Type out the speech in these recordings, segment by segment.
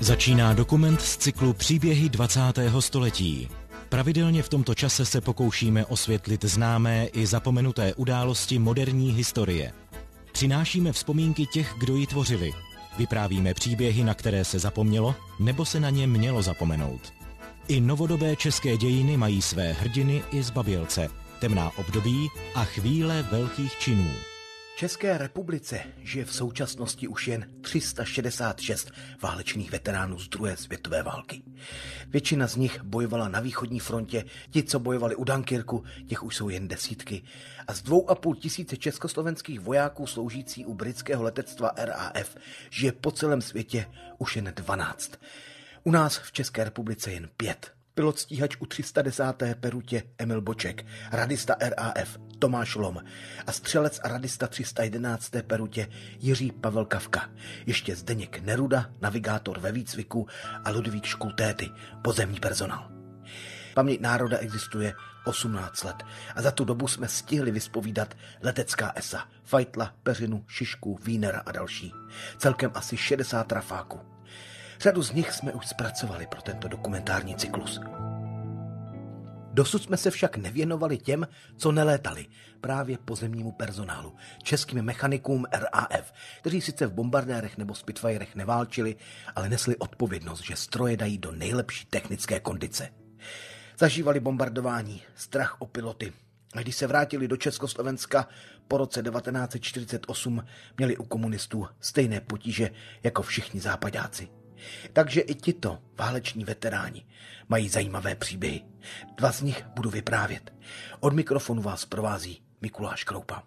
Začíná dokument z cyklu Příběhy 20. století. Pravidelně v tomto čase se pokoušíme osvětlit známé i zapomenuté události moderní historie. Přinášíme vzpomínky těch, kdo ji tvořili. Vyprávíme příběhy, na které se zapomnělo, nebo se na ně mělo zapomenout. I novodobé české dějiny mají své hrdiny i zbabělce, temná období a chvíle velkých činů. V České republice žije v současnosti už jen 366 válečných veteránů z druhé světové války. Většina z nich bojovala na východní frontě, ti, co bojovali u Dunkirku, těch už jsou jen desítky. A z 2,5 tisíce československých vojáků sloužící u britského letectva RAF žije po celém světě už jen 12. U nás v České republice jen 5. Pilot stíhač u 310. Perutě Emil Boček, radista RAF Tomáš Lom a střelec a radista 311. Perutě Jiří Pavel Kavka. Ještě Zdeněk Neruda, navigátor ve výcviku a Ludvík Škultéty, pozemní personál. Paměť národa existuje 18 let a za tu dobu jsme stihli vyspovídat letecká esa, Fajtla, Peřinu, Šišku, Vínera a další. Celkem asi 60 trafáků. Řadu z nich jsme už zpracovali pro tento dokumentární cyklus. Dosud jsme se však nevěnovali těm, co nelétali, právě pozemnímu personálu, českým mechanikům RAF, kteří sice v bombardérech nebo Spitfirech neválčili, ale nesli odpovědnost, že stroje dají do nejlepší technické kondice. Zažívali bombardování, strach o piloty. A když se vrátili do Československa po roce 1948, měli u komunistů stejné potíže jako všichni západáci. Takže i tito váleční veteráni mají zajímavé příběhy. 2 z nich budu vyprávět. Od mikrofonu vás provází Mikuláš Kroupa.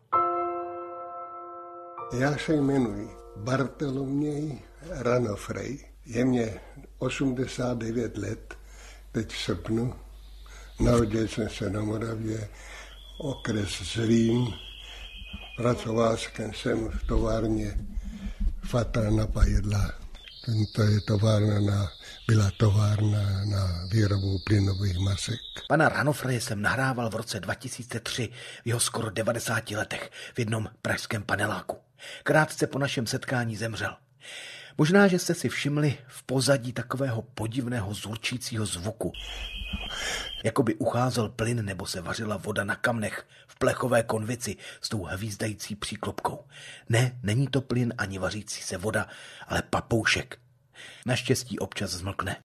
Já se jmenuji Bartoloměj Ranofrej. Je mě 89 let, teď v srpnu. Narodil jsem se na Moravě, okres Zlín. Pracoval jsem v továrně Fatra na Pajedla. To je byla továrna na výrobu plynových masek. Pana Ranofreje jsem nahrával v roce 2003 v jeho skoro 90 letech v jednom pražském paneláku. Krátce po našem setkání zemřel. Možná, že jste si všimli v pozadí takového podivného zurčícího zvuku. Jako by ucházel plyn nebo se vařila voda na kamnech v plechové konvici s tou hvízdající příklopkou. Ne, není to plyn ani vařící se voda, ale papoušek. Naštěstí občas zmlkne.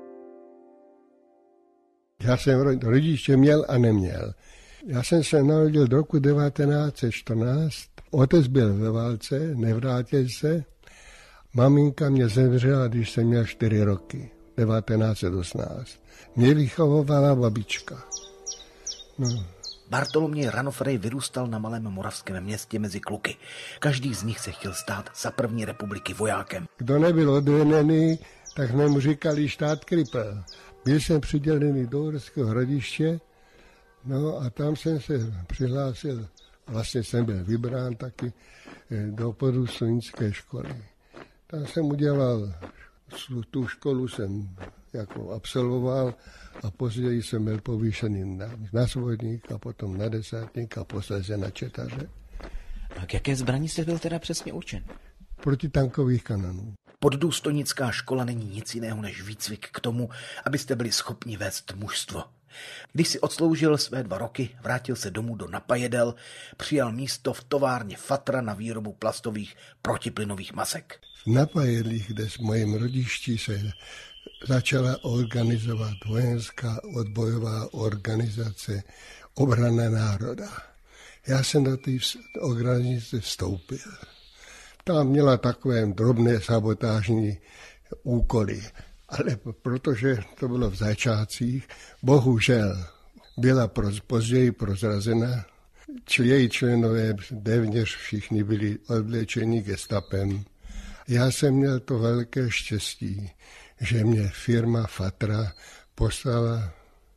Já jsem rodiče měl a neměl. Já jsem se narodil v roku 1914. Otec byl ve válce, nevrátil se. Maminka mě zemřela, když jsem měl 4 roky, 1918. Mě vychovávala babička. No. Bartoloměj Ranofrej vyrůstal na malém moravském městě mezi kluky. Každý z nich se chtěl stát za první republiky vojákem. Kdo nebyl odvedený, tak jsme mu říkali štát Kripel. Byl jsem přidělený do Uherského Hradiště, no a tam jsem se přihlásil, vlastně jsem byl vybrán taky do podůstojnické školy. Tam jsem udělal, tu školu jsem jako absolvoval a později jsem byl povýšený na svodník a potom na desátník a posléze na četaře. A k jaké zbraní jste byl teda přesně určen? Protitankových kanonů. Poddůstojnická škola není nic jiného než výcvik k tomu, abyste byli schopni vést mužstvo. Když si odsloužil své 2 roky, vrátil se domů do Napajedel, přijal místo v továrně Fatra na výrobu plastových protiplynových masek. V Napajedlích, kde s mojím rodišti se začala organizovat vojenská odbojová organizace Obrana národa. Já jsem do té organizace vstoupil. Tam měla takové drobné sabotážní úkoly, ale protože to bylo v začátcích, bohužel byla později prozrazena. Její členové téměř všichni byli odvlečeni gestapem. Já jsem měl to velké štěstí, že mě firma Fatra poslala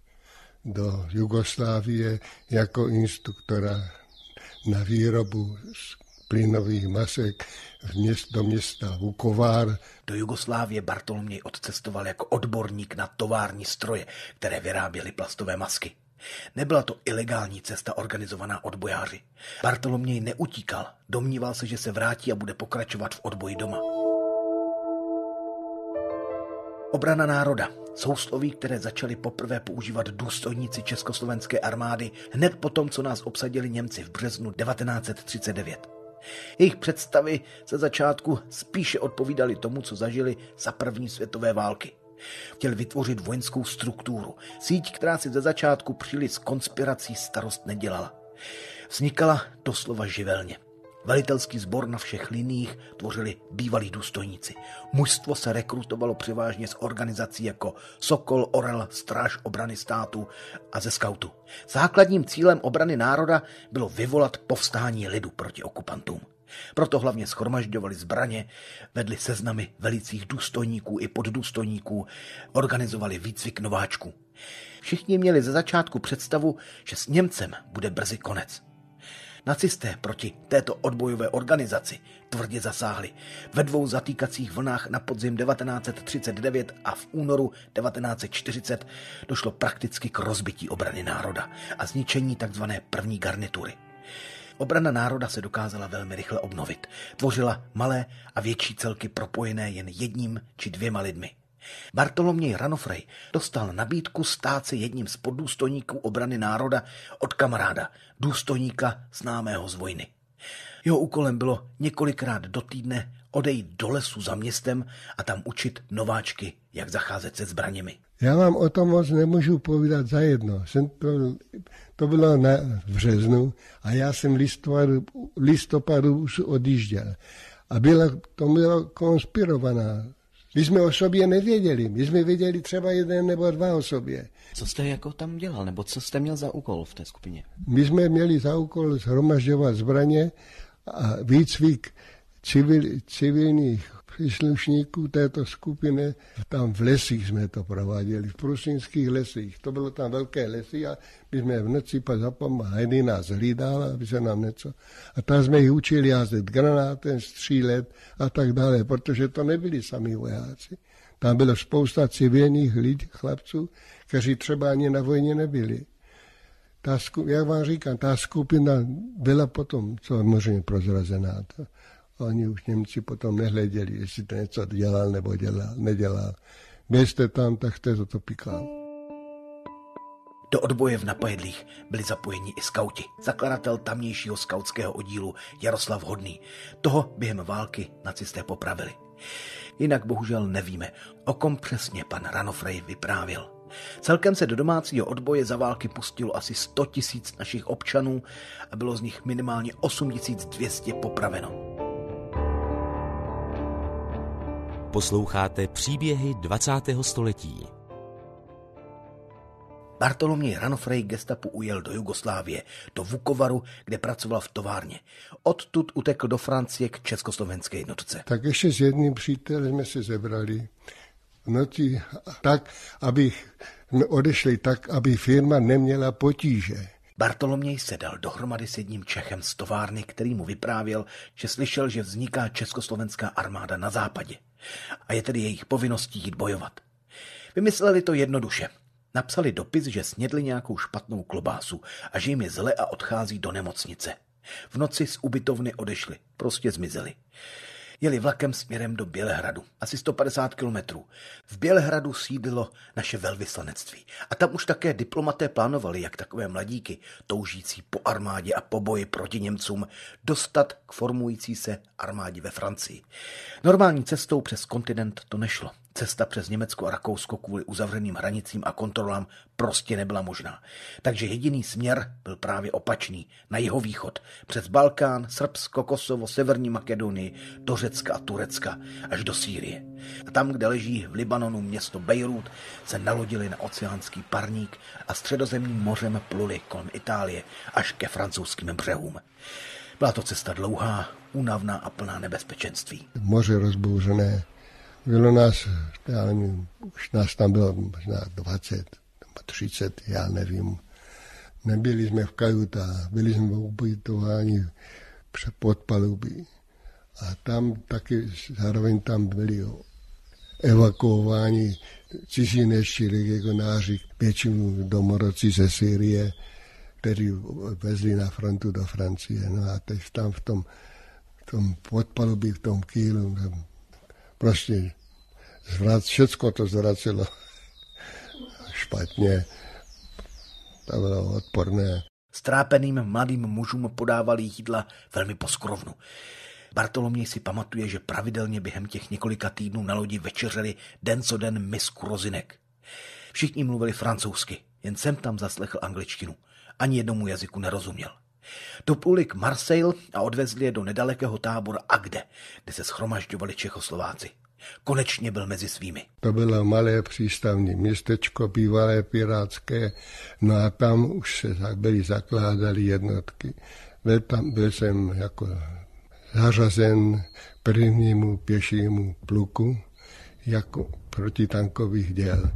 do Jugoslávie jako instruktora na výrobu plynových masek do města Vukovár. Do Jugoslávie Bartoloměj odcestoval jako odborník na tovární stroje, které vyráběly plastové masky. Nebyla to ilegální cesta organizovaná odbojáři. Bartoloměj neutíkal, domníval se, že se vrátí a bude pokračovat v odboji doma. Obrana národa. Sousloví, které začali poprvé používat důstojníci československé armády hned po tom, co nás obsadili Němci v březnu 1939. Jejich představy ze začátku spíše odpovídaly tomu, co zažili za první světové války. Chtěl vytvořit vojenskou strukturu, síť, která si ze začátku příliš s konspirací starost nedělala. Vznikala doslova živelně. Velitelský sbor na všech liniích tvořili bývalí důstojníci. Mužstvo se rekrutovalo převážně z organizací jako Sokol, Orel, Stráž obrany státu a ze skautu. Základním cílem obrany národa bylo vyvolat povstání lidu proti okupantům. Proto hlavně shromažďovali zbraně, vedli seznamy velicích důstojníků i poddůstojníků, organizovali výcvik nováčků. Všichni měli ze začátku představu, že s Němcem bude brzy konec. Nacisté proti této odbojové organizaci tvrdě zasáhli. Ve 2 zatýkacích vlnách na podzim 1939 a v únoru 1940 došlo prakticky k rozbití obrany národa a zničení tzv. První garnitury. Obrana národa se dokázala velmi rychle obnovit. Tvořila malé a větší celky propojené jen 1 či 2 lidmi. Bartoloměj Ranofrej dostal nabídku stát se jedním z poddůstojníků obrany národa od kamaráda, důstojníka známého z vojny. Jeho úkolem bylo několikrát do týdne odejít do lesu za městem a tam učit nováčky, jak zacházet se zbraněmi. Já vám o tom moc nemůžu povídat za jedno. To bylo v březnu a já jsem listopadu už odjížděl. A to bylo konspirovaná. My jsme o sobě nevěděli. My jsme věděli třeba 1 nebo 2 o sobě. Co jste jako tam dělal, nebo co jste měl za úkol v té skupině? My jsme měli za úkol shromažďovat zbraně a výcvik civilních příslušníků této skupiny. Tam v lesích jsme to prováděli, v prusínských lesích. To bylo tam velké lesy a my jsme v noci zapomáhali, nás hlídal, aby se nám něco. A tam jsme jich učili házet granátem, střílet a tak dále, protože to nebyli sami vojáci. Tam bylo spousta civilních lidí, chlapců, kteří třeba ani na vojně nebyli. Jak vám říkám, ta skupina byla potom, co možná prozrazená. Oni už Němci potom nehleděli, jestli to něco dělal nebo nedělal. Běžte tam, tak jste to pikal. Do odboje v Napojedlích byli zapojeni i skauti. Zakladatel tamnějšího skautského oddílu Jaroslav Hodný. Toho během války nacisté popravili. Jinak bohužel nevíme, o kom přesně pan Ranofrej vyprávěl. Celkem se do domácího odboje za války pustilo asi 100 000 našich občanů a bylo z nich minimálně 8200 popraveno. Posloucháte příběhy 20. století. Bartoloměj Ranofrej gestapu ujel do Jugoslávie, do Vukovaru, kde pracoval v továrně. Odtud utekl do Francie k československé jednotce. Tak ještě s jedním přítelem jsme se zebrali v noci tak, aby odešli tak, aby firma neměla potíže. Bartoloměj se dal dohromady s jedním Čechem z továrny, který mu vyprávěl, že slyšel, že vzniká československá armáda na západě a je tedy jejich povinností jít bojovat. Vymysleli to jednoduše. Napsali dopis, že snědli nějakou špatnou klobásu a že jim je zle a odchází do nemocnice. V noci z ubytovny odešli, prostě zmizeli. Jeli vlakem směrem do Bělehradu, asi 150 kilometrů. V Bělehradu sídlilo naše velvyslanectví. A tam už také diplomaté plánovali, jak takové mladíky, toužící po armádě a po boji proti Němcům, dostat k formující se armádě ve Francii. Normální cestou přes kontinent to nešlo. Cesta přes Německo a Rakousko kvůli uzavřeným hranicím a kontrolám prostě nebyla možná. Takže jediný směr byl právě opačný, na jihovýchod, přes Balkán, Srbsko, Kosovo, Severní Makedonii, do Řecka a Turecka, až do Sýrie. A tam, kde leží v Libanonu město Bejrút, se nalodili na oceánský parník a středozemním mořem pluli kolem Itálie až ke francouzským břehům. Byla to cesta dlouhá, únavná a plná nebezpečenství. Moře rozbouřené. Bylo nás, já nevím, už nás tam bylo možná 20, 30, já nevím. Nebyli jsme v kajutách, byli jsme ubytováni pod palubí. A tam taky zároveň tam byli evakuováni cizinečtí legionáři, většinou domorodci ze Sýrie, kteří vezli na frontu do Francie. No a teď tam v tom podpalubí, v tom kýlu, prostě Všecko to zvracelo špatně. To bylo odporné. Strápeným mladým mužům podávali jídla velmi poskrovnu. Bartoloměj si pamatuje, že pravidelně během těch několika týdnů na lodi večeřeli den co den misku rozinek. Všichni mluvili francouzsky, jen jsem tam zaslechl angličtinu. Ani jednomu jazyku nerozuměl. Dopluli k Marseille a odvezli je do nedalekého tábora Agde, kde se shromažďovali Čechoslováci. Konečně byl mezi svými. To bylo malé přístavní městečko, bývalé pirátské, no a tam už se zakládaly jednotky. Byl jsem jako zařazen prvnímu pěšímu pluku jako protitankových děl.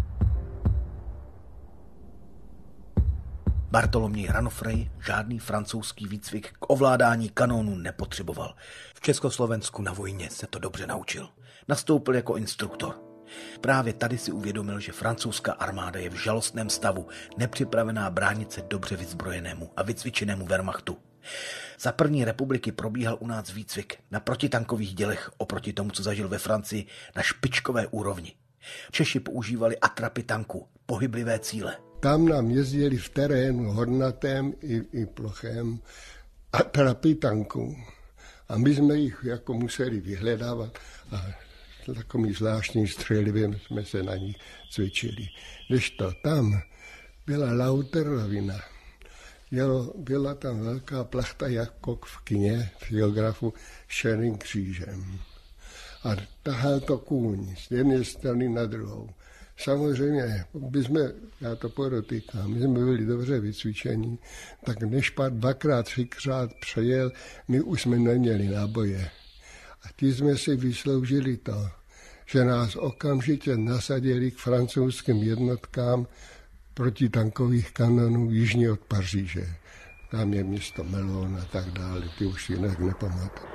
Bartoloměj Ranofrej žádný francouzský výcvik k ovládání kanónů nepotřeboval. V Československu na vojně se to dobře naučil. Nastoupil jako instruktor. Právě tady si uvědomil, že francouzská armáda je v žalostném stavu, nepřipravená bránit se dobře vyzbrojenému a vycvičenému Wehrmachtu. Za první republiky probíhal u nás výcvik na protitankových dělech oproti tomu, co zažil ve Francii, na špičkové úrovni. Češi používali atrapy tanků, pohyblivé cíle. Tam nám jezdili v terénu hornatém i plochém atrapy tanků. A my jsme jich jako museli vyhledávat a takový zvláštní střelivým jsme se na nich cvičili. Když to tam byla Lauterovina, byla tam velká plachta jako v kině, v geografu, s černým křížem. A tahal to kůň z jedné strany na druhou. Samozřejmě, já to podotýkám, my jsme byli dobře vycvičení, tak než pár dvakrát, třikrát přejel, my už jsme neměli náboje. A ti jsme si vysloužili to, že nás okamžitě nasadili k francouzským jednotkám protitankových kanonů jižně od Paříže. Tam je město Melon a tak dále, ty už si jinak nepamatuju.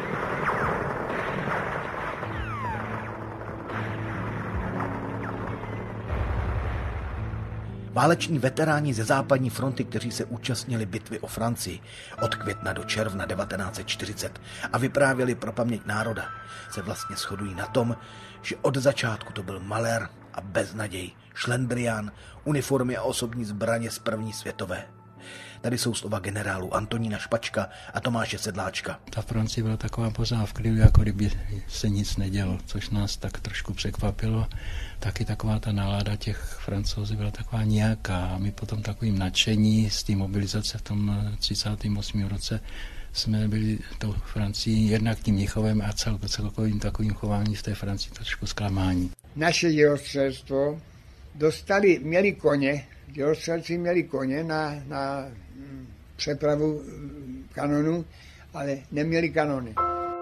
Váleční veteráni ze západní fronty, kteří se účastnili bitvy o Francii od května do června 1940 a vyprávěli pro paměť národa, se vlastně shodují na tom, že od začátku to byl malér a beznaděj, šlendrián, uniformy a osobní zbraně z první světové. Tady jsou slova generálů Antonína Špačka a Tomáše Sedláčka. Ta Francie byla taková pořád v klidu, jako kdyby se nic nedělo, což nás tak trošku překvapilo. Taky taková ta nálada těch Francouzů byla taková nějaká. A my potom takovým nadšení z té mobilizace v tom 38. roce jsme byli tou Francii jednak tím Mnichovem a celkovým takovým chováním v té Francii trošku zklamání. Naše dělostřelstvo měli koně, dělostřelci měli koně na přepravu kanonů, ale neměli kanony.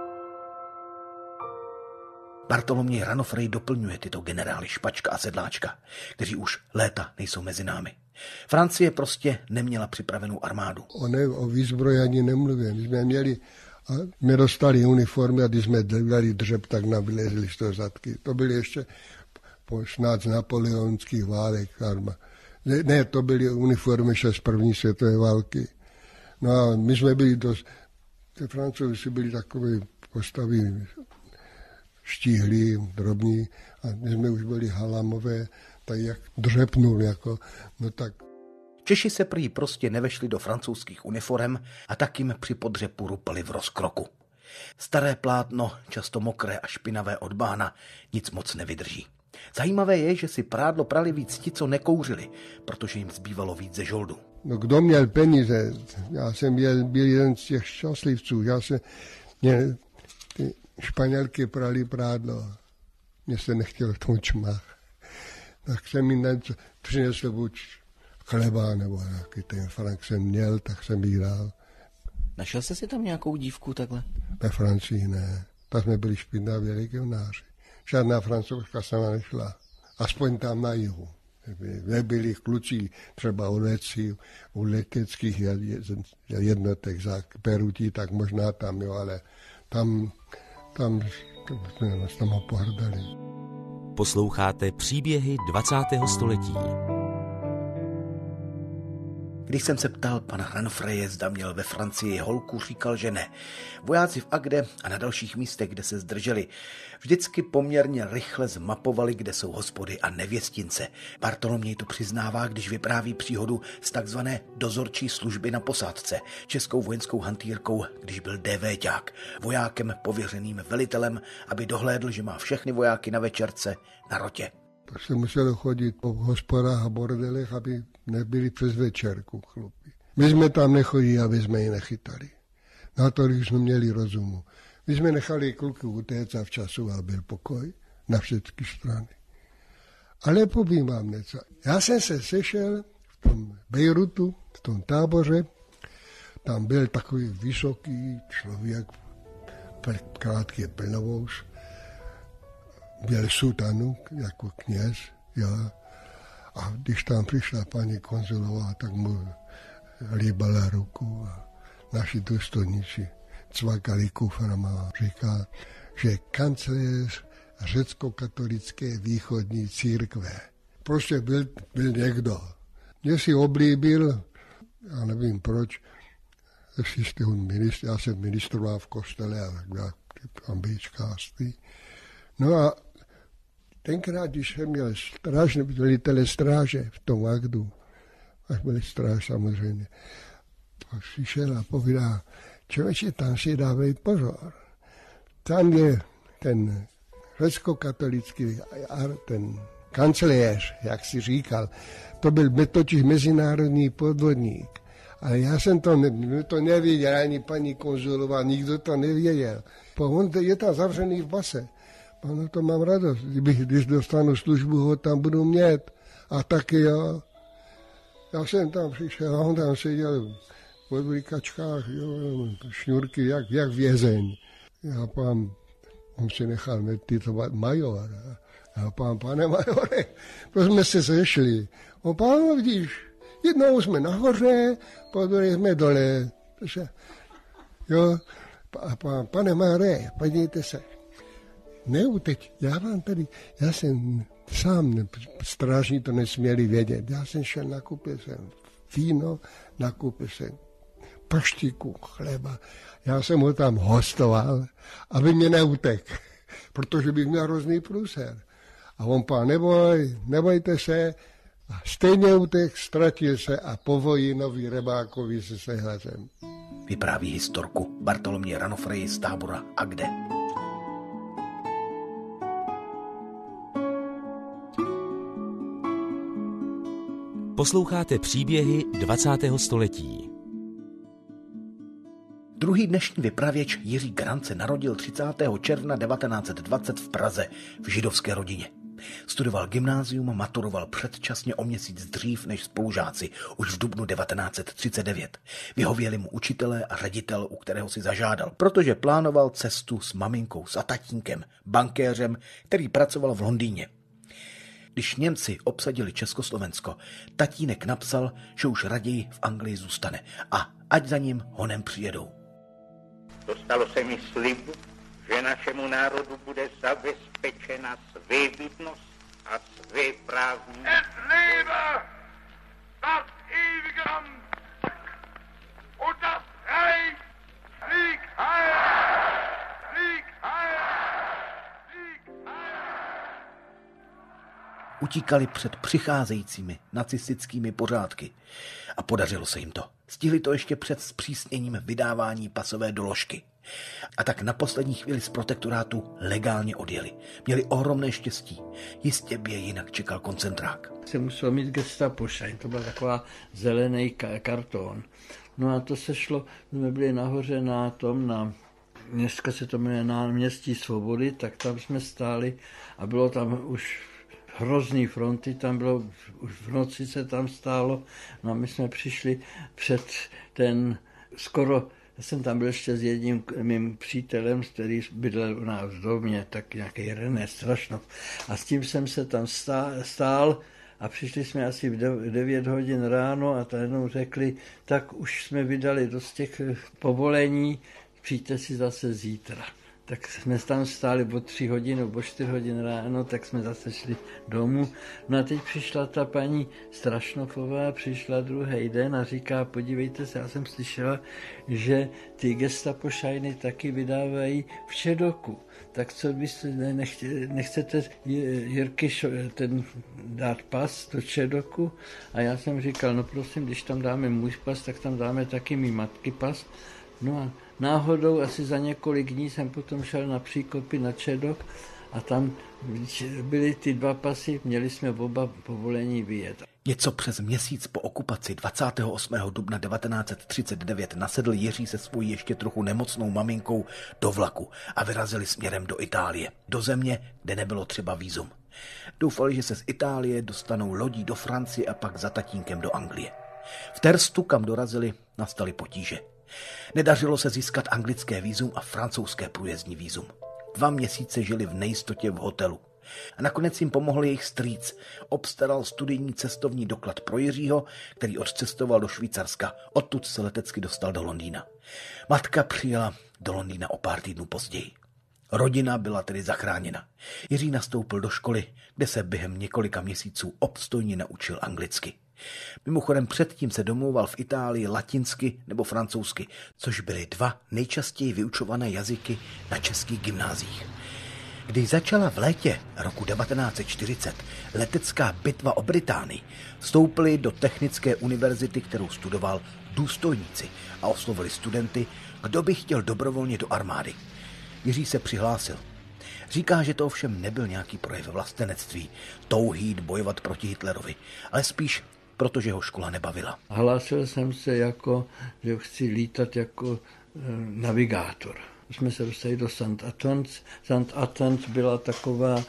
Bartoloměj Ranofrej doplňuje tyto generály Špačka a Sedláčka, kteří už léta nejsou mezi námi. Francie prostě neměla připravenou armádu. O vyzbrojení nemluvím. My jsme měli, a my dostali uniformy a když jsme dělali dřep, tak nám vylezli z toho zadky. To byly ještě po snad z napoleonských válek. Ne, to byly uniformy ještě z první světové války. No a my jsme byli ty Francouzi byli takové postavy štíhlí, drobní a my jsme už byli halamové, tak jak dřepnul, no tak. Češi se prý prostě nevešli do francouzských uniform a tak jim při podřepu rupali v rozkroku. Staré plátno, často mokré a špinavé od bána, nic moc nevydrží. Zajímavé je, že si prádlo prali víc ti, co nekouřili, protože jim zbývalo víc ze žoldu. No kdo měl peníze? Já jsem byl jeden z těch šťastlivců. Mě ty Španělky prali prádlo. Mně se nechtělo v tom čmách. Tak jsem jim přinesl buď chleba, nebo nějaký ten frank jsem měl, tak jsem jí dal. Našel jsi si tam nějakou dívku takhle? Ve Francii ne. Tak jsme byli špinaví legionáři. Žádná francouzka sama nešla. Aspoň tam na jihu. Nebyli kluci třeba u leteckých jednotek za Perutí, tak možná tam, jo, ale tam jsme nás tam pohrdali. Posloucháte příběhy 20. století. Když jsem se ptal pana Ranofreje, zda měl ve Francii holku, říkal, že ne. Vojáci v Agde a na dalších místech, kde se zdrželi, vždycky poměrně rychle zmapovali, kde jsou hospody a nevěstince. Bartoloměj to přiznává, když vypráví příhodu z takzvané dozorčí služby na posádce, českou vojenskou hantýrkou, když byl DVťák, vojákem pověřeným velitelem, aby dohlédl, že má všechny vojáky na večerce na rotě. Tak se muselo chodit po hospodách a bordelech, aby nebyli přes večerku chlupy. My jsme tam nechodili, aby jsme ji nechytali. Na to, když jsme měli rozumu. My jsme nechali kluky utéct a včasu a byl pokoj na všechny strany. Ale povím vám něco. Já jsem se sešel v tom Bejrutu, v tom táboře. Tam byl takový vysoký člověk, krátký plnovous. Měl sutanu jako kněz, já. A když tam přišla paní konzulová, tak mu líbala ruku a naši důstojníci cvakali kuframa a říká, že kancléř řecko-katolické východní církve. Prostě byl někdo. Mě si oblíbil, já nevím proč, já jsem ministroval v kostele a ambičkářství. No a tenkrát, když jsem měl velitele stráže v tom Agdu, až byl stráž samozřejmě, pak přišel a povídá, člověče, tam si dávej pozor. Tam je ten řecko-katolický, ten kancléř, jak si říkal, to byl totiž mezinárodní podvodník. Ale já jsem to nevěděl, ani paní konzulová, nikdo to nevěděl. On je tam zavřený v base. No to mám radost, když dostanu službu, ho tam budu mít. A taky já. Já jsem tam přišel a on tam seděl v odvlíkačkách, šňůrky, jak vězeň. Já pán, on si nechal titulovat major. Já pán, pane majore, to jsme se sešli. On pán, vidíš, jednou jsme nahoře, podruhé jsme dole. Jo, a pane majore, podívejte se. Neuteď, já jsem sám, strážní to nesměli vědět, já jsem šel, nakoupil jsem víno, nakoupil jsem paštiku, chleba, já jsem ho tam hostoval, aby mě neutek, protože bych měl hrozný průser. A on pán, nebojte se, a stejně utek, ztratil se a po Vojinovi Rebákovi se sehlasem. Vypráví historku Bartoloměj Ranofrej z tábora Agde. Posloucháte příběhy 20. století. Druhý dnešní vypravěč Jiří Grant se narodil 30. června 1920 v Praze v židovské rodině. Studoval gymnázium, maturoval předčasně o měsíc dřív než spolužáci, už v dubnu 1939. Vyhověli mu učitelé a ředitel, u kterého si zažádal, protože plánoval cestu s maminkou, s tatínkem, bankéřem, který pracoval v Londýně. Když Němci obsadili Československo, tatínek napsal, že už raději v Anglii zůstane a ať za ním honem přijedou. Dostalo se mi slibu, že našemu národu bude zabezpečena svébytnost a svéprávní. Es lebe das ewige Land und das Reich. Sieg heil! Sieg heil! Sieg heil! Utíkali před přicházejícími nacistickými pořádky a podařilo se jim to. Stihli to ještě před zpřísněním vydávání pasové doložky. A tak na poslední chvíli z protektorátu legálně odjeli. Měli ohromné štěstí. Jistě by je jinak čekal koncentrák. Se musel mít gestapošajn, to byl taková zelený karton. No a to se šlo, jsme byli nahoře na dneska se to jmenuje Náměstí Svobody, tak tam jsme stáli a bylo tam už hrozný fronty, tam bylo, už v noci se tam stálo, no a my jsme přišli před ten skoro, já jsem tam byl ještě s jedním mým přítelem, který bydlel u nás v domě, tak nějaký René Strašnov. A s tím jsem se tam stál a přišli jsme asi v 9 hodin ráno a najednou řekli, tak už jsme vydali dost těch povolení, přijďte si zase zítra. tak jsme tam stáli o 3 hodiny, o 4 hodin ráno, tak jsme zase šli domů. No a teď přišla ta paní Strašnofová, přišla druhý den a říká, podívejte se, já jsem slyšela, že ty gestapošajny taky vydávají v Čedoku. Tak co byste nechcete Jirky ten dát pas do Čedoku? A já jsem říkal, no prosím, když tam dáme můj pas, tak tam dáme taky mý matky pas. No a náhodou asi za několik dní jsem potom šel na Příkopy na Čedok a tam byly ty 2 pasy, měli jsme oba povolení vyjet. Něco přes měsíc po okupaci 28. dubna 1939 nasedl Jiří se svojí ještě trochu nemocnou maminkou do vlaku a vyrazili směrem do Itálie, do země, kde nebylo třeba vízum. Doufali, že se z Itálie dostanou lodí do Francie a pak za tatínkem do Anglie. V Terstu, kam dorazili, nastaly potíže. Nedařilo se získat anglické vízum a francouzské průjezdní vízum. 2 měsíce žili v nejistotě v hotelu. A nakonec jim pomohl jejich strýc. Obstaral studijní cestovní doklad pro Jiřího, který odcestoval do Švýcarska. Odtud se letecky dostal do Londýna. Matka přijela do Londýna o pár týdnů později. Rodina byla tedy zachráněna. Jiří nastoupil do školy, kde se během několika měsíců obstojně naučil anglicky. Mimochodem předtím se domlouval v Itálii latinsky nebo francouzsky, což byly 2 nejčastěji vyučované jazyky na českých gymnáziích. Když začala v létě roku 1940 letecká bitva o Británii, vstoupili do Technické univerzity, kterou studoval, důstojníci a oslovili studenty, kdo by chtěl dobrovolně do armády. Jiří se přihlásil. Říká, že to ovšem nebyl nějaký projev vlastenectví, touhy jít bojovat proti Hitlerovi, ale spíš protože ho škola nebavila. Hlásil jsem se jako, že chci lítat jako navigátor. Jsme se dostali do Saint-Atens. Saint-Atens byla taková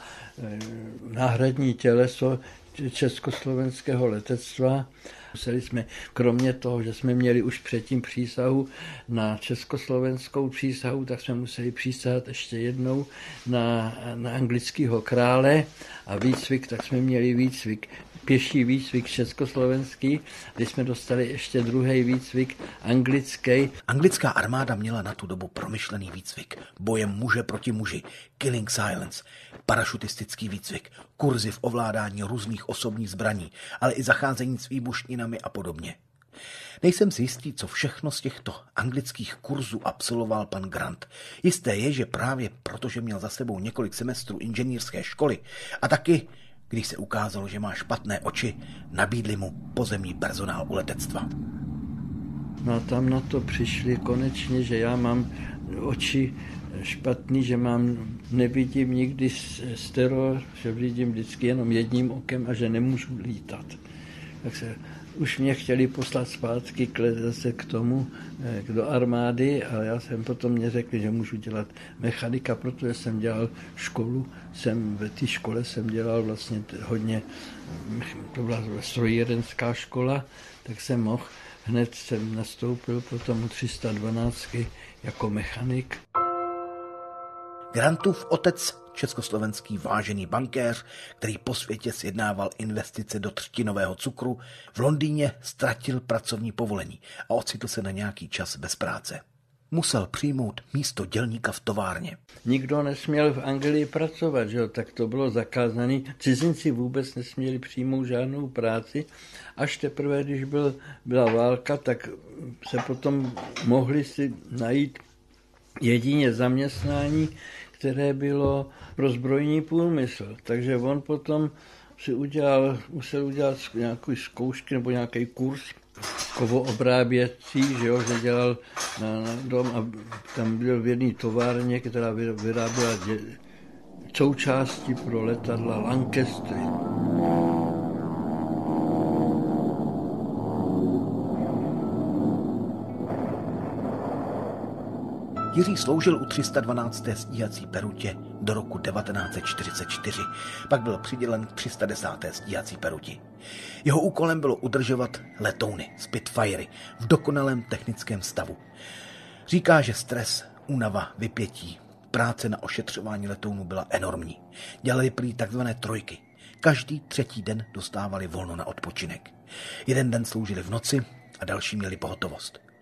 náhradní těleso československého letectva. Museli jsme, kromě toho, že jsme měli už předtím přísahu na československou přísahu, tak jsme museli přísahat ještě jednou na anglického krále a výcvik, tak jsme měli výcvik, pěší výcvik československý, když jsme dostali ještě druhý výcvik anglický. Anglická armáda měla na tu dobu promyšlený výcvik, bojem muže proti muži, killing silence, parašutistický výcvik, kurzy v ovládání různých osobních zbraní, ale i zacházení s výbušninami a podobně. Nejsem si jistý, co všechno z těchto anglických kurzů absolvoval pan Grant. Jisté je, že právě protože měl za sebou několik semestrů inženýrské školy a taky, když se ukázalo, že má špatné oči, nabídli mu pozemní personál u letectva. No a tam na to přišli konečně, že já mám oči špatný, že nevidím nikdy stereo, že vidím vždycky jenom jedním okem a že nemůžu lítat. Tak se už mě chtěli poslat zpátky zase k tomu, do armády, ale já jsem potom mě řekli, že můžu dělat mechanika, protože jsem dělal školu, ve té škole jsem dělal vlastně hodně, to byla strojírenská škola, tak jsem mohl, hned jsem nastoupil potom u 312 jako mechanik. Grantův otec, československý vážený bankéř, který po světě sjednával investice do třtinového cukru, v Londýně ztratil pracovní povolení a ocitl se na nějaký čas bez práce. Musel přijmout místo dělníka v továrně. Nikdo nesměl v Anglii pracovat, že jo? Tak to bylo zakázané. Cizinci vůbec nesměli přijmout žádnou práci. Až teprve, když byla válka, tak se potom mohli si najít jedině zaměstnání, které bylo pro zbrojní průmysl. Takže on potom musel udělat nějakou zkoušky nebo nějaký kurz kovoobráběcí, že dělal na dom a tam byl v jedné továrně, která vyráběla součásti pro letadla Lancastery. Jiří sloužil u 312. stíhací perutě do roku 1944, pak byl přidělen k 310. stíhací peruti. Jeho úkolem bylo udržovat letouny Spitfirey v dokonalém technickém stavu. Říká, že stres, únava, vypětí, práce na ošetřování letounů byla enormní. Dělali prý takzvané trojky. Každý 3. den dostávali volno na odpočinek. Jeden den sloužili v noci a další měli pohotovost.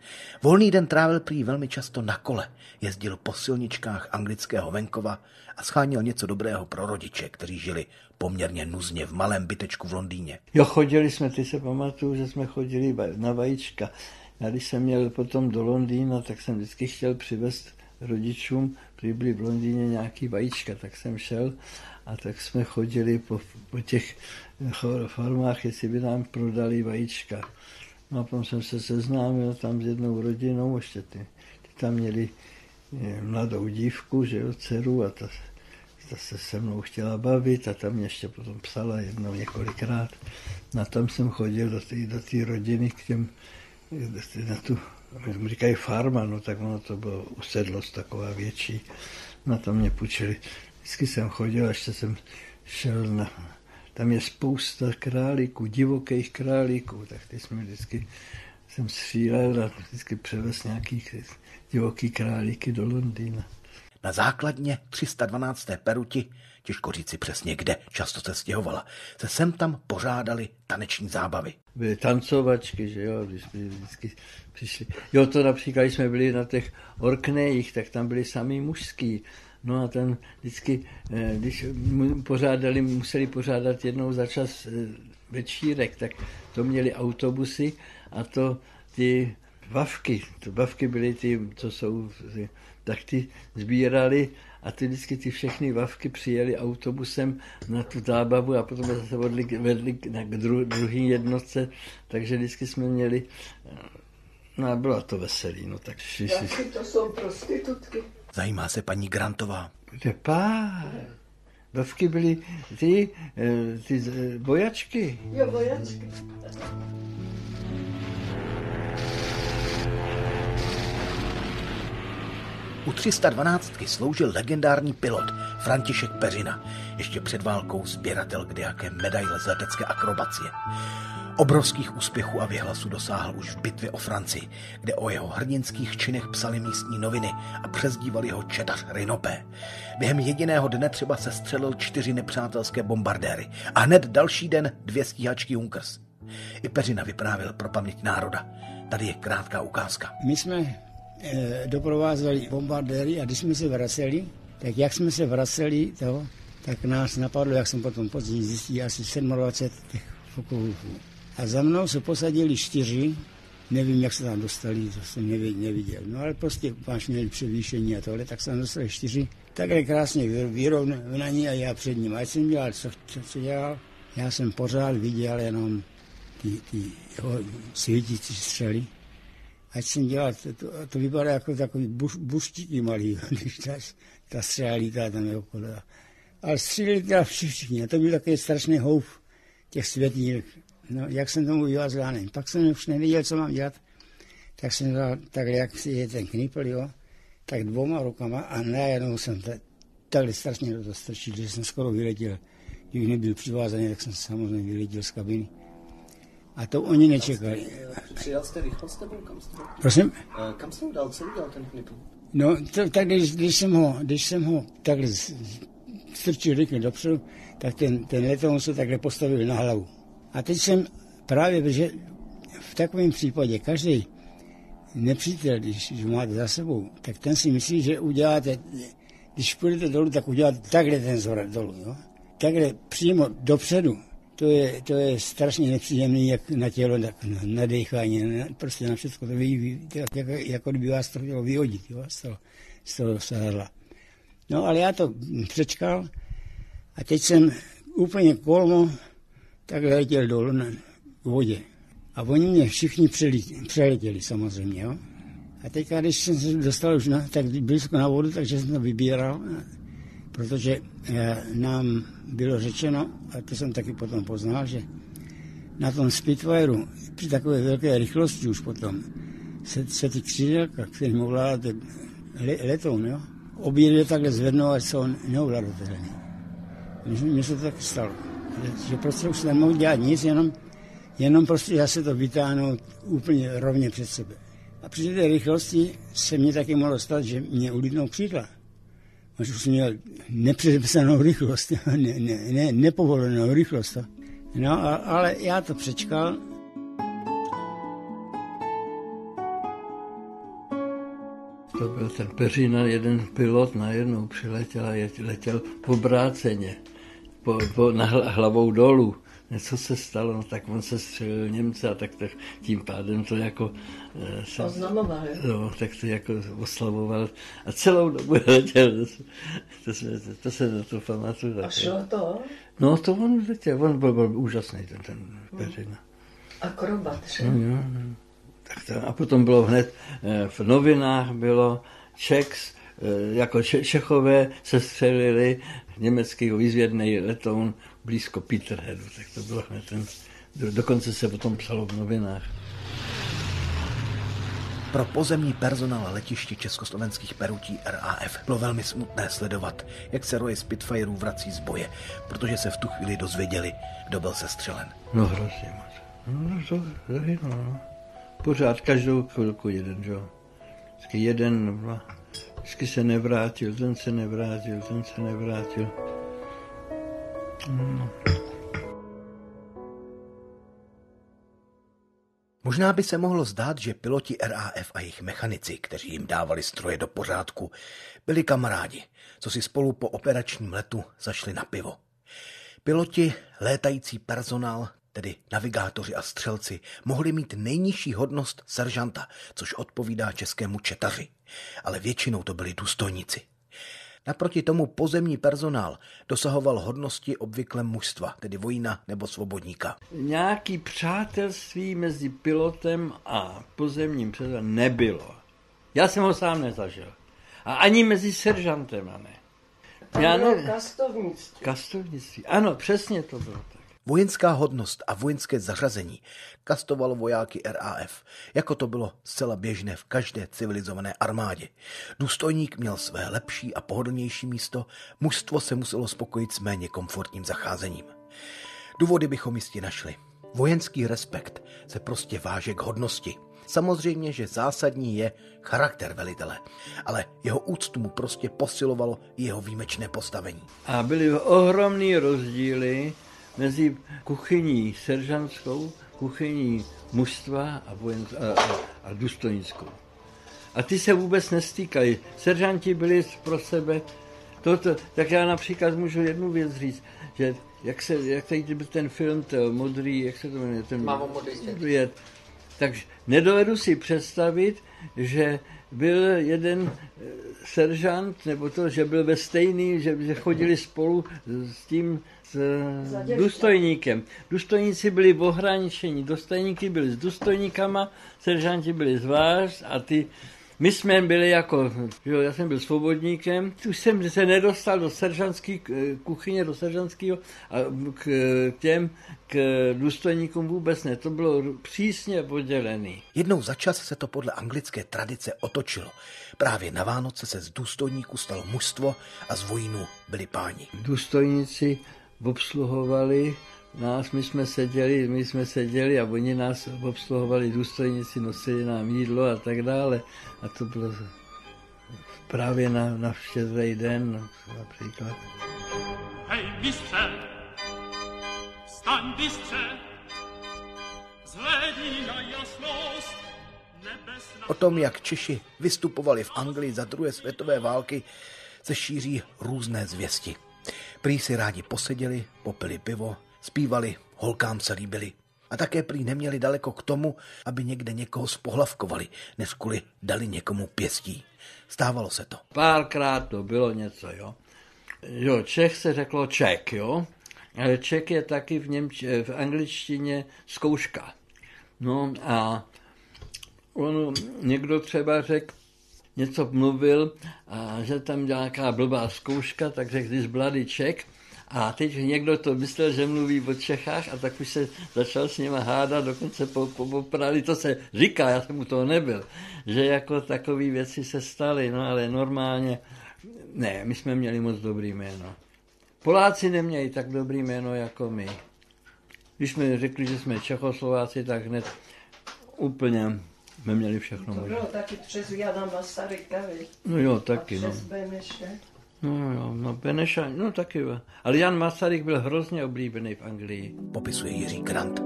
Volný den trávil prý velmi často na kole, jezdil po silničkách anglického venkova a scháněl něco dobrého pro rodiče, kteří žili poměrně nuzně v malém bytečku v Londýně. Jo, chodili jsme, ty se pamatuju, že jsme chodili na vajíčka. Já když jsem měl potom do Londýna, tak jsem vždycky chtěl přivést rodičům, kteří byli v Londýně, nějaký vajíčka, tak jsem šel a tak jsme chodili po těch farmách, jestli by nám prodali vajíčka. No a potom jsem se seznámil tam s jednou rodinou, ještě ty tam měli mladou dívku, že jo, dceru, a ta se se mnou chtěla bavit a tam mě ještě potom psala jednou několikrát. A tam jsem chodil do té rodiny k těm, na tu, říkají farma, no tak ono to bylo usedlost taková větší. Na to mě půjčili. Vždycky jsem chodil, až jsem šel tam je spousta králíků, divokých králíků, tak ty jsme vždycky, jsem střílel a vždycky převez nějaký divoký králíky do Londýna. Na základně 312. Peruti, těžko říci přesně kde, často se stěhovala, se sem tam pořádali taneční zábavy. Byly tancovačky, že jo, když vždycky přišli. Jo, to například, když jsme byli na těch Orkneyích, tak tam byli samý mužský. No a ten vždycky, když museli pořádat jednou za čas večírek, tak to měli autobusy a to ty vavky byly ty, co jsou, tak ty sbírali a ty vždycky ty všechny vavky přijeli autobusem na tu zábavu a potom zase vedli k druhý jednotce, takže vždycky jsme měli, no a bylo to veselý, no tak Vavky to jsou prostitutky. Zajímá se paní Grantová. Kde vavky byly ty bojačky. Jo, bojačky. U 312 sloužil legendární pilot František Peřina, ještě před válkou sběratel kdejaké medaile z letecké akrobacie. Obrovských úspěchů a věhlasu dosáhl už v bitvě o Francii, kde o jeho hrdinských činech psali místní noviny a přezdívali ho četař Rhinopé. Během jediného dne třeba sestřelil 4 nepřátelské bombardéry a hned další den 2 stíhačky Junkers. I Peřina vyprávěl pro paměť národa. Tady je krátká ukázka. My jsme doprovázeli bombardéry a když jsme se vraceli, tak jak jsme se vraceli, tak nás napadlo, jak jsem potom později zjistil, asi 27 těch fokovůků. A za mnou se posadili 4, nevím, jak se tam dostali, to jsem neviděl. No ale prostě máš měli převýšení a tohle, tak se tam dostali 4. Takhle krásně vyrovnaní a já před ním. Ať jsem dělal, co dělal, já jsem pořád viděl jenom ty svítící střely. Ať jsem dělal, to vypadá jako takový buštíky malý, když ta střela lítá tam okolo. Ale stříleli teda všichni a to byl takový strašný houf těch světílek. No, jak jsem tomu vyvázl, já nevím. Pak jsem už nevěděl, co mám dělat, tak jsem dal takhle, jak je ten knipl, jo, tak 2 rukama a najednou jsem takhle strašně do toho strčil, že jsem skoro vyletěl. Kdybych nebyl přivázaný, tak jsem samozřejmě vyletěl z kabiny. A to oni nečekali. Přijal jste rychlost nebo kam jste? Prosím? Kam jste udal? Co udělal ten knipl? No, tak když jsem ho takhle strčil rychle dopředu, tak ten letoun se takhle postavil na hlavu. A teď jsem právě, protože v takovém případě každý nepřítel, když máte za sebou, tak ten si myslí, že uděláte, když půjdete dolů, tak uděláte takhle ten zvrat dolů. Jo? Takhle přímo dopředu. To je strašně nepříjemný, jak na tělo, tak na dechání, prostě na všechno to jako kdyby vás to chtělo vyhodit, jo, z toho sedadla. No ale já to přečkal a teď jsem úplně kolmo takhle letěl dolů k vodě. A oni mě všichni přeletěli samozřejmě, jo. A teď, když jsem se dostal už tak blízko na vodu, takže jsem to vybíral, protože nám bylo řečeno, a to jsem taky potom poznal, že na tom Spitfireu při takové velké rychlosti už potom se ty křídelka, kterým ovládáte letoun, jo, obě dvě takhle zvednou, a jsou neovládatelné. Mně se to taky stalo. Že prostě už nemohu dělat nic, jenom prostě já se to vytáhnout úplně rovně před sebe. A při té rychlosti se mně taky mohlo stát, že mě ulítnou křídla. Až už měl nepředepsanou rychlost, nepovolenou rychlost. No, ale já to přečkal. To byl ten Peřina, jeden pilot najednou přiletěl a letěl obráceně, hlavou dolů. Něco se stalo, no tak on se střelil Němce a tak tím pádem to jako... Oznamoval, jo? No, tak to jako oslavoval a celou dobu letěl. To se na to pamatuju. A šlo to? No to on letěl, on byl úžasný, ten Peřina. Akrobat, že? No. Tak to, a potom bylo hned v novinách bylo Czechs, jako Čechové se střelili německý výzvědný letoun blízko Peterheadu, tak to bylo hned dokonce se o tom psalo v novinách. Pro pozemní personál letiště československých Perutí RAF bylo velmi smutné sledovat, jak se roje Spitfireů vrací z boje, protože se v tu chvíli dozvěděli, kdo byl sestřelen. No hrozně moc. No to zahynul, no. Pořád každou chvilku jeden, že jo. Vždycky jeden, dva. Vždycky se nevrátil, ten se nevrátil. No. Možná by se mohlo zdát, že piloti RAF a jejich mechanici, kteří jim dávali stroje do pořádku, byli kamarádi, co si spolu po operačním letu zašli na pivo. Piloti, létající personál, tedy navigátoři a střelci, mohli mít nejnižší hodnost seržanta, což odpovídá českému četaři, ale většinou to byli důstojníci. Naproti tomu pozemní personál dosahoval hodnosti obvykle mužstva, tedy vojína nebo svobodníka. Nějaký přátelství mezi pilotem a pozemním personálem nebylo. Já jsem ho sám nezažil. A ani mezi seržantem, ne. Kastovnictví. Kastovnictví, ano, přesně to bylo tak. Vojenská hodnost a vojenské zařazení kastovalo vojáky RAF, jako to bylo zcela běžné v každé civilizované armádě. Důstojník měl své lepší a pohodlnější místo, mužstvo se muselo spokojit s méně komfortním zacházením. Důvody bychom jistě našli. Vojenský respekt se prostě váže k hodnosti. Samozřejmě, že zásadní je charakter velitele, ale jeho úctu mu prostě posilovalo i jeho výjimečné postavení. A byly ohromné rozdíly mezi kuchyní seržantskou, kuchyní mužstva a důstojnickou. A ty se vůbec nestýkaly. Seržanti byli pro sebe. Tak já například můžu jednu věc říct, že jak tady byl ten film, modrý, jak se to jmenuje? Mámo modrý svět. Takže nedovedu si představit, že byl jeden seržant, nebo to, že byl ve stejný, že chodili spolu s tím důstojníkem. Důstojníci byli v ohraničení, důstojníky byli s důstojníkama, seržanti byli zvlášť a my jsme byli jako, já jsem byl svobodníkem, už jsem se nedostal do seržantské kuchyně, do seržantského a k důstojníkům vůbec ne, to bylo přísně oddělený. Jednou za čas se to podle anglické tradice otočilo. Právě na Vánoce se z důstojníků stalo mužstvo a z vojínů byli páni. Důstojníci obsluhovali nás, my jsme seděli a oni nás obsluhovali, důstojníci nosili nám jídlo a tak dále. A to bylo právě na Štědrý den například. Hej, mistře, staň bystře, zhlédni na jasnost nebesná. O tom, jak Češi vystupovali v Anglii za druhé světové války, se šíří různé zvěsti. Prý si rádi poseděli, popili pivo, zpívali, holkám se líbili. A také prý neměli daleko k tomu, aby někde někoho spohlavkovali, než kvůli dali někomu pěstí. Stávalo se to. Párkrát to bylo něco, jo. Jo, Čech se řeklo Ček, jo. Ale Ček je taky v angličtině zkouška. No a někdo třeba řekl, něco mluvil a že tam nějaká blbá zkouška, tak řekl, this bloody Czech. A teď někdo to myslel, že mluví o Čechách a tak už se začal s nima hádat, dokonce poprali, to se říká, já jsem u toho nebyl, že jako takové věci se staly, no ale normálně, ne, my jsme měli moc dobrý jméno. Poláci neměli tak dobrý jméno jako my. Když jsme řekli, že jsme Čechoslováci, tak hned úplně jsme měli všechno možné. To bylo taky přes Jana Masaryka, víš? No jo, taky, a přes Beneše. No Beneša, no taky. Ale Jan Masaryk byl hrozně oblíbený v Anglii. Popisuje Jiří Grant.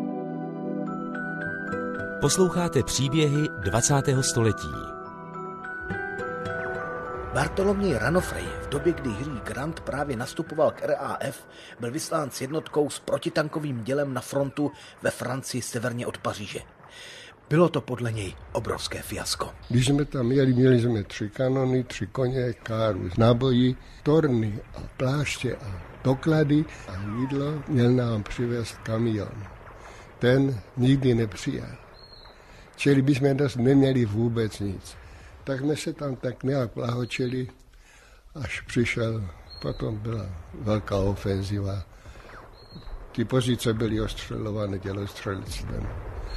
Posloucháte příběhy 20. století. Bartoloměj Ranofrey v době, kdy Hugh Grant právě nastupoval k RAF, byl vyslán s jednotkou s protitankovým dělem na frontu ve Francii severně od Paříže. Bylo to podle něj obrovské fiasko. Když jsme tam měli jsme 3 kanony, 3 koně, káru z nábojí, torny a pláště a doklady a jídlo měl nám přivést kamion. Ten nikdy nepřijel. Čili bychom neměli vůbec nic. Tak jsme se tam tak nějak plahočili, až přišel, potom byla velká ofenziva. Ty pozice byly ostřelované dělostřelectvem,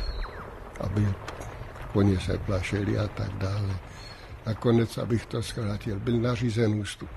aby koně se plašili a tak dále. Nakonec, abych to zkrátil, byl nařízen ústup.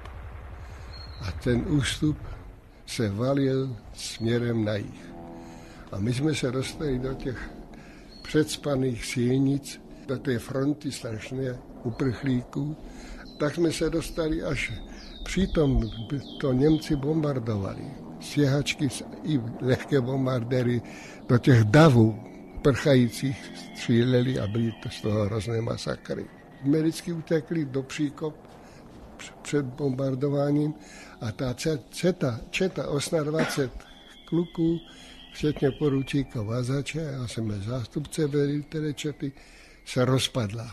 A ten ústup se valil směrem na jih. A my jsme se dostali do těch předspaných silnic, do té fronty strašné uprchlíků, tak jsme se dostali až přitom to Němci bombardovali. Stěhačky i lehké bombardéry do těch davů prchajících stříleli a byly to z toho hrozné masakry. Jsme vždycky utekli do příkop před bombardováním a ta četa 28 kluků, včetně poručíka Vazače, já jsem zástupce velitele čety, se rozpadla.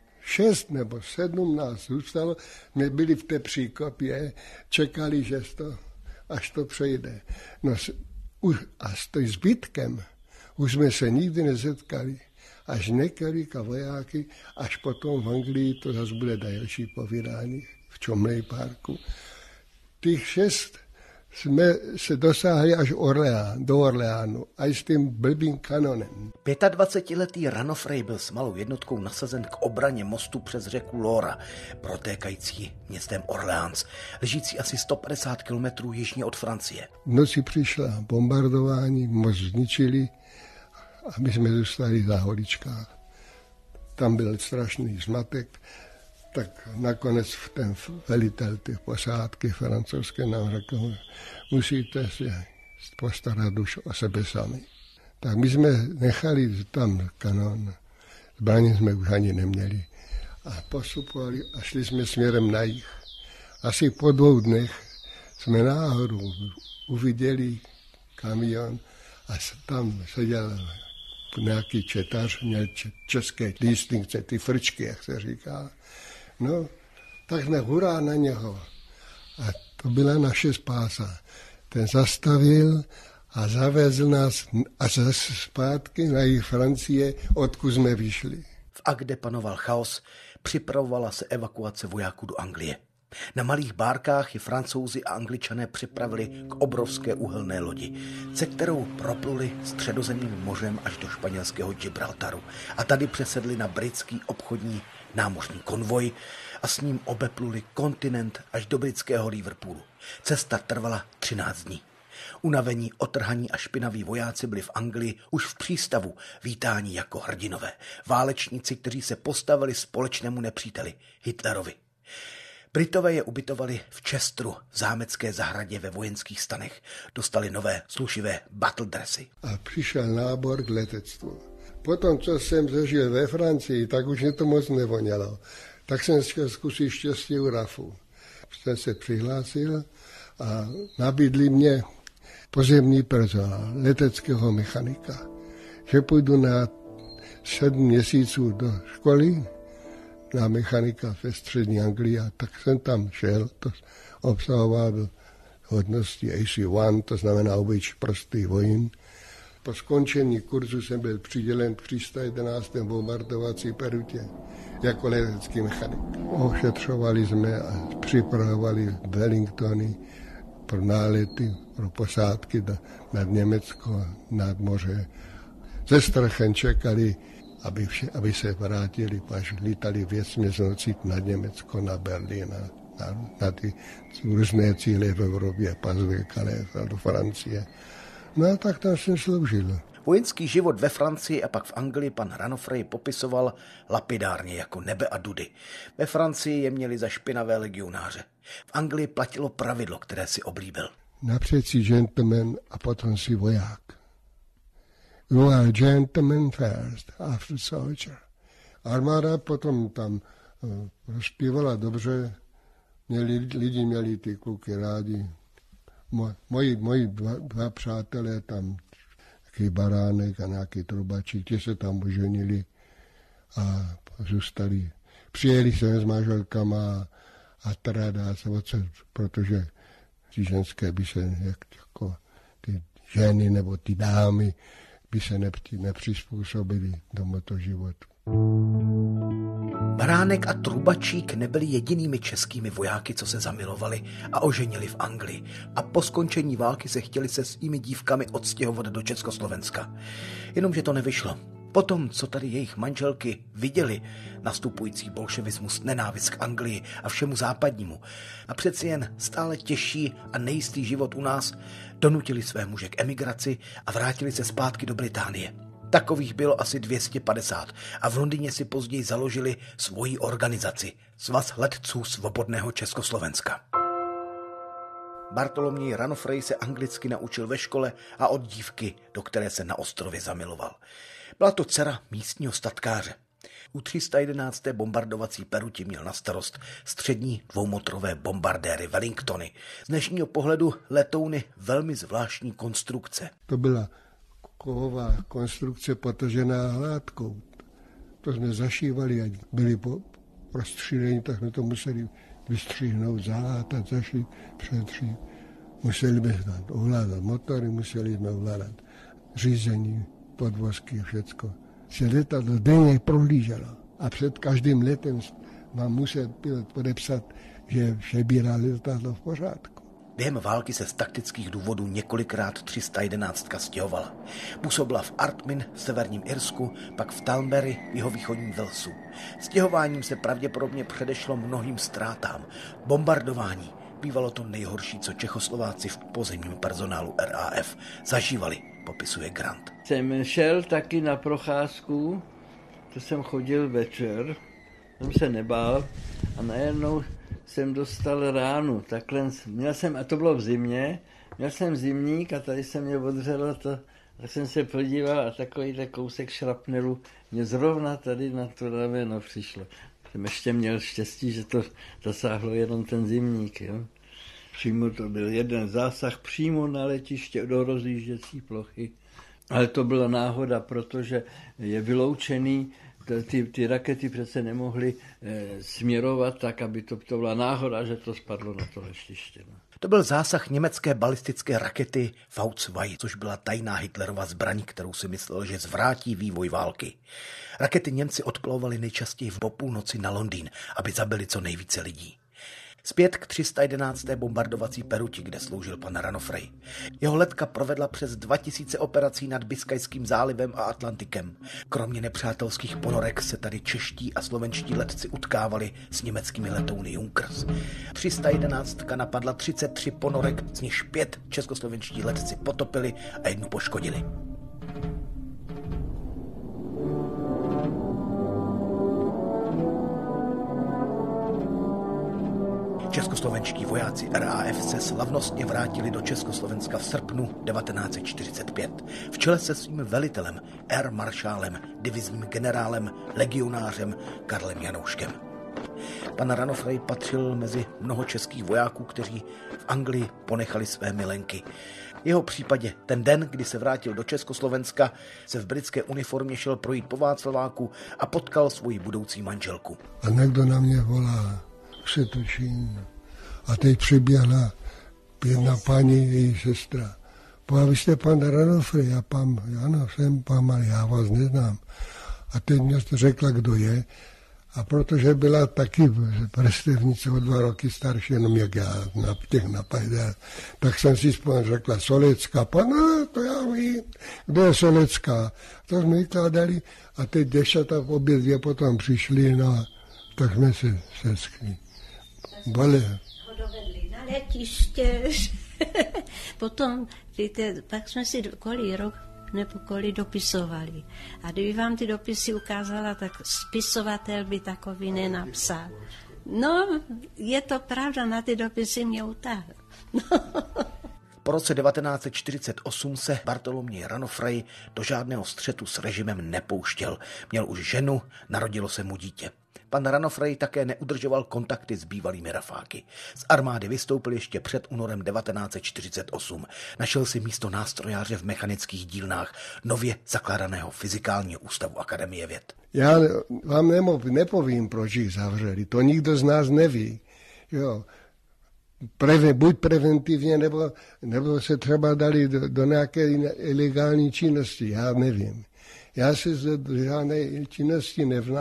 6 nebo 7 nás zůstalo, my byli v té příkopě, čekali, že až to přejde. No a s tím zbytkem už jsme se nikdy nezetkali, až několika vojáky, až potom v Anglii, to zase bude další povídání v Chomley Parku. Těch 6 jsme se dosáhli až do Orleánu, a s tím blbým kanonem. 25letý Ranofrey byl s malou jednotkou nasazen k obraně mostu přes řeku Loira, protékající městem Orleans, ležící asi 150 kilometrů jižně od Francie. V noci přišla bombardování, most zničili a my jsme zůstali za holičkách. Tam byl strašný zmatek. Tak nakonec ten velitel těch posádky francouzské nám řekl, musíte se postarat už o sebe sami. Tak my jsme nechali tam kanon, zbraně jsme už ani neměli a postupovali a šli jsme směrem na jih. Asi po 2 dnech jsme náhodou uviděli kamion a tam seděl nějaký četař, měl české distinkce, ty frčky, jak se říká. No, tak jsme hurá na něho. A to byla naše spása. Ten zastavil a zavezl nás až zpátky na jih Francie, odkud jsme vyšli. V Agde panoval chaos, připravovala se evakuace vojáků do Anglie. Na malých bárkách ji Francouzi a Angličané připravili k obrovské uhelné lodi, se kterou propluli Středozemním mořem až do španělského Gibraltaru a tady přesedli na britský obchodní námořní konvoj a s ním obepluli kontinent až do britského Liverpoolu. Cesta trvala 13 dní. Unavení, otrhaní a špinaví vojáci byli v Anglii už v přístavu vítáni jako hrdinové. Válečníci, kteří se postavili společnému nepříteli, Hitlerovi. Britové je ubytovali v Chesteru, zámecké zahradě ve vojenských stanech. Dostali nové slušivé battle dressy. A přišel nábor k letectvu. Potom, co jsem zažil ve Francii, tak už mě to moc nevonělo. Tak jsem chtěl zkusit štěstí u RAFu. Jsem se přihlásil a nabídli mě pozemní personál, leteckého mechanika, že půjdu na 7 měsíců do školy na mechanika ve střední Anglii, a tak jsem tam šel, to obsahoval hodnosti AC-1, to znamená obyčejný prostý vojín. Po skončení kurzu jsem byl přidělen k 311. bombardovací perutě jako letecký mechanik. Ošetřovali jsme a připravovali Wellingtony pro nálety, pro posádky nad Německo, nad moře. Ze strachem čekali, aby se vrátili, až lítali věcměstnoci nad Německo, na Berlín, na ty různé cíle v Evropě, Pazové, Calais a do Francie. No a tak tam jsem sloužil. Vojenský život ve Francii a pak v Anglii pan Ranofrey popisoval lapidárně jako nebe a dudy. Ve Francii je měli za špinavé legionáře. V Anglii platilo pravidlo, které si oblíbil. Napřed si gentleman a potom si voják. You are gentleman first, after soldier. Armáda potom tam rozpívala dobře Lidi měli ty kluky rádi. Moji dva přátelé tam, takový Baránek a nějaký Trubačík, ti se tam oženili a zůstali. Přijeli jsme s manželkama a trada, protože ty ženské by se, jako ty ženy nebo ty dámy, by se nepřizpůsobili tomuto životu. Baránek a Trubačík nebyli jedinými českými vojáky, co se zamilovali a oženili v Anglii. A po skončení války se chtěli se svými dívkami odstěhovat do Československa. Jenomže to nevyšlo. Potom, co tady jejich manželky viděli nastupující bolševismus, nenávist k Anglii a všemu západnímu a přeci jen stále těžší a nejistý život u nás, donutili své muže k emigraci a vrátili se zpátky do Británie. Takových bylo asi 250 a v Londýně si později založili svoji organizaci Svaz letců svobodného Československa. Bartoloměj Ranofrej se anglicky naučil ve škole a od dívky, do které se na ostrově zamiloval. Byla to dcera místního statkáře. U 311. bombardovací peruti měl na starost střední dvoumotorové bombardéry Wellingtony. Z dnešního pohledu letouny velmi zvláštní konstrukce. To byla kovová konstrukce potažená hládkou. To jsme zašívali a byli prostříleni, tak jsme to museli vystříhnout, zalátat, zašít, přetřít. Museli jsme ovládat motory, museli jsme ovládat řízení, podvozky, všecko. Se letadlo denně prohlíželo a před každým letem mám musel pilot podepsat, že přebírá letadlo v pořádku. Během války se z taktických důvodů několikrát 311 stěhovala. Působila v Artmin v severním Irsku, pak v Talmbury v jihovýchodním Walesu. Stěhováním se pravděpodobně předešlo mnohým ztrátám. Bombardování bývalo to nejhorší, co Čechoslováci v pozemním personálu RAF zažívali, popisuje Grant. Jsem šel taky na procházku, to jsem chodil večer, jsem se nebál a najednou jsem dostal ránu, takhle měl jsem, a to bylo v zimě, měl jsem zimník a tady se mě odřelo to, tak jsem se podíval a takovýhle kousek šrapnelu mě zrovna tady na to rameno přišlo. Jsem ještě měl štěstí, že to zasáhlo jenom ten zimník, jo. Přímo to byl jeden zásah přímo na letiště do rozjížděcí plochy, ale to byla náhoda, protože je vyloučený. Ty rakety přece nemohly směrovat tak, aby to byla náhoda, že to spadlo na to letiště. No. To byl zásah německé balistické rakety V2, což byla tajná Hitlerova zbraň, kterou si myslel, že zvrátí vývoj války. Rakety Němci odplouvali nejčastěji po půlnoci na Londýn, aby zabili co nejvíce lidí. Zpět k 311. bombardovací peruti, kde sloužil pan Ranofrej. Jeho letka provedla přes 2000 operací nad Biskajským zálivem a Atlantikem. Kromě nepřátelských ponorek se tady čeští a slovenští letci utkávali s německými letouny Junkers. 311 napadla 33 ponorek, z nichž 5 českoslovenští letci potopili a 1 poškodili. Českoslovenští vojáci RAF se slavnostně vrátili do Československa v srpnu 1945 v čele se svým velitelem, air maršálem, divizním generálem, legionářem Karlem Janouškem. Pan Ranofrej patřil mezi mnoho českých vojáků, kteří v Anglii ponechali své milenky. V jeho případě ten den, kdy se vrátil do Československa, se v britské uniformě šel projít po Václaváku a potkal svoji budoucí manželku. A někdo na mě volá, se točím. A teď přiběhla jedna paní, její sestra. A vy jste pan Ranofrej? A pan, ano, jsem pan, ale já vás neznám. A teď mě řekla, kdo je. A protože byla taky vrstevnice o 2 roky starší, jenom jak já na těch napajdel, tak jsem si řekla Solecká. Pan, no, to já vím, kdo je Solecká. To jsme vykládali a teď děvčata v obě 2 potom přišli, no, tak jsme se seskli. Bole. Dovedli na letiště. Potom, víte, pak jsme si kolí rok nebo kolí dopisovali. A kdyby vám ty dopisy ukázala, tak spisovatel by takový nenapsal. No, je to pravda, na ty dopisy mě utáhl. No. Po roce 1948 se Bartoloměj Ranofrej do žádného střetu s režimem nepouštěl. Měl už ženu, narodilo se mu dítě. Pan Ranofrej také neudržoval kontakty s bývalými rafáky. Z armády vystoupil ještě před únorem 1948. Našel si místo nástrojáře v mechanických dílnách nově zakládaného Fyzikálního ústavu Akademie věd. Já vám nepovím, proč jich zavřeli. To nikdo z nás neví. Jo. Buď preventivně, nebo se třeba dali do nějaké ilegální činnosti. Já nevím. Já si do žádné činnosti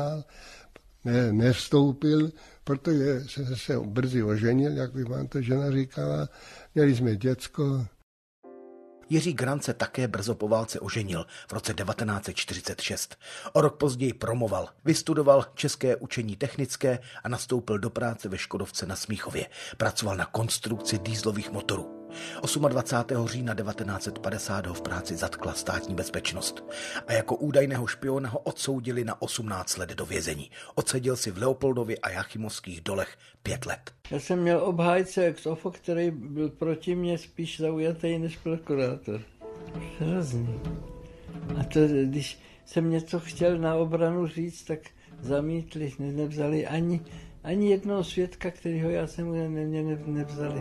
nevstoupil, protože jsem se brzy oženil, jak by vám to žena říkala. Měli jsme děcko. Jiří Grant se také brzo po válce oženil v roce 1946. O rok později promoval, vystudoval České učení technické a nastoupil do práce ve Škodovce na Smíchově. Pracoval na konstrukci dieselových motorů. 28. října 1950 ho v práci zatkla Státní bezpečnost a jako údajného špiona ho odsoudili na 18 let do vězení. Odseděl si v Leopoldově a Jáchymovských dolech 5 let. Já jsem měl obhájce ex ofo, který byl proti mně spíš zaujatý než prokurátor. Hrozný. A to, když jsem něco chtěl na obranu říct, tak zamítli, nevzali ani jednoho svědka, kterého já jsem nevzali.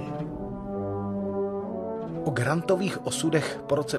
O Grantových osudech po roce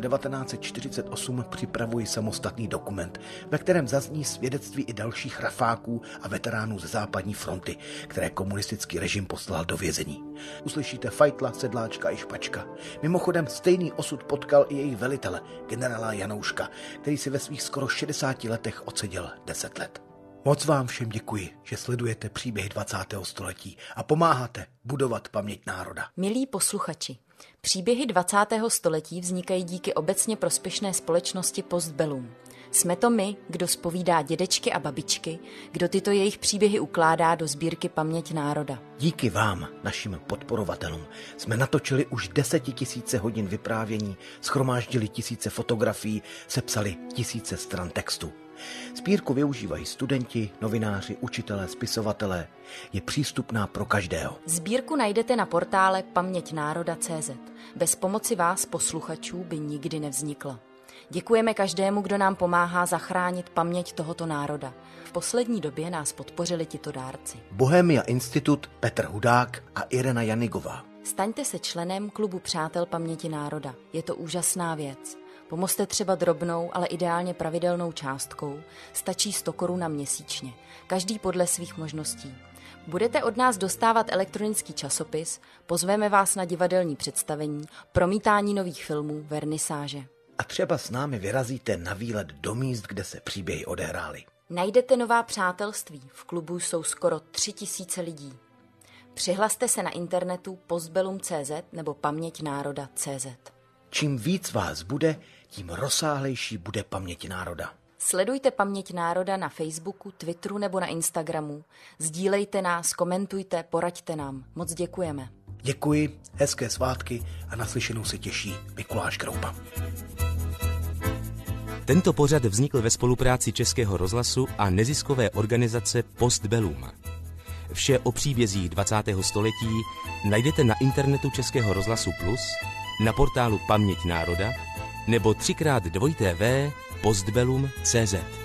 1948 připravuji samostatný dokument, ve kterém zazní svědectví i dalších rafáků a veteránů ze západní fronty, které komunistický režim poslal do vězení. Uslyšíte Fajtla, Sedláčka i Špačka. Mimochodem stejný osud potkal i jejich velitele, generála Janouška, který si ve svých skoro 60 letech odseděl 10 let. Moc vám všem děkuji, že sledujete příběhy 20. století a pomáháte budovat paměť národa. Milí posluchači, příběhy 20. století vznikají díky obecně prospěšné společnosti Postbellum. Jsme to my, kdo zpovídá dědečky a babičky, kdo tyto jejich příběhy ukládá do sbírky Paměť národa. Díky vám, našim podporovatelům, jsme natočili už 10 000 hodin vyprávění, shromáždili tisíce fotografií, sepsali tisíce stran textu. Sbírku využívají studenti, novináři, učitelé, spisovatelé. Je přístupná pro každého. Sbírku najdete na portále paměťnároda.cz. Bez pomoci vás, posluchačů, by nikdy nevznikla. Děkujeme každému, kdo nám pomáhá zachránit paměť tohoto národa. V poslední době nás podpořili tito dárci. Bohemia Institut, Petr Hudák a Irena Janigová. Staňte se členem klubu Přátel paměti národa. Je to úžasná věc. Pomozte třeba drobnou, ale ideálně pravidelnou částkou. Stačí 100 korun měsíčně. Každý podle svých možností. Budete od nás dostávat elektronický časopis, pozveme vás na divadelní představení, promítání nových filmů, vernisáže. A třeba s námi vyrazíte na výlet do míst, kde se příběhy odehrály. Najdete nová přátelství. V klubu jsou skoro 3000 lidí. Přihlaste se na internetu postbellum.cz nebo paměťnároda.cz. Čím víc vás bude, tím rozsáhlejší bude paměť národa. Sledujte Paměť národa na Facebooku, Twitteru nebo na Instagramu. Sdílejte nás, komentujte, poraďte nám. Moc děkujeme. Děkuji, hezké svátky a naslyšenou se těší Mikuláš Kroupa. Tento pořad vznikl ve spolupráci Českého rozhlasu a neziskové organizace Postbellum. Vše o příbězích 20. století najdete na internetu Českého rozhlasu Plus, na portálu Paměť národa nebo 3x2tv postbellum.cz.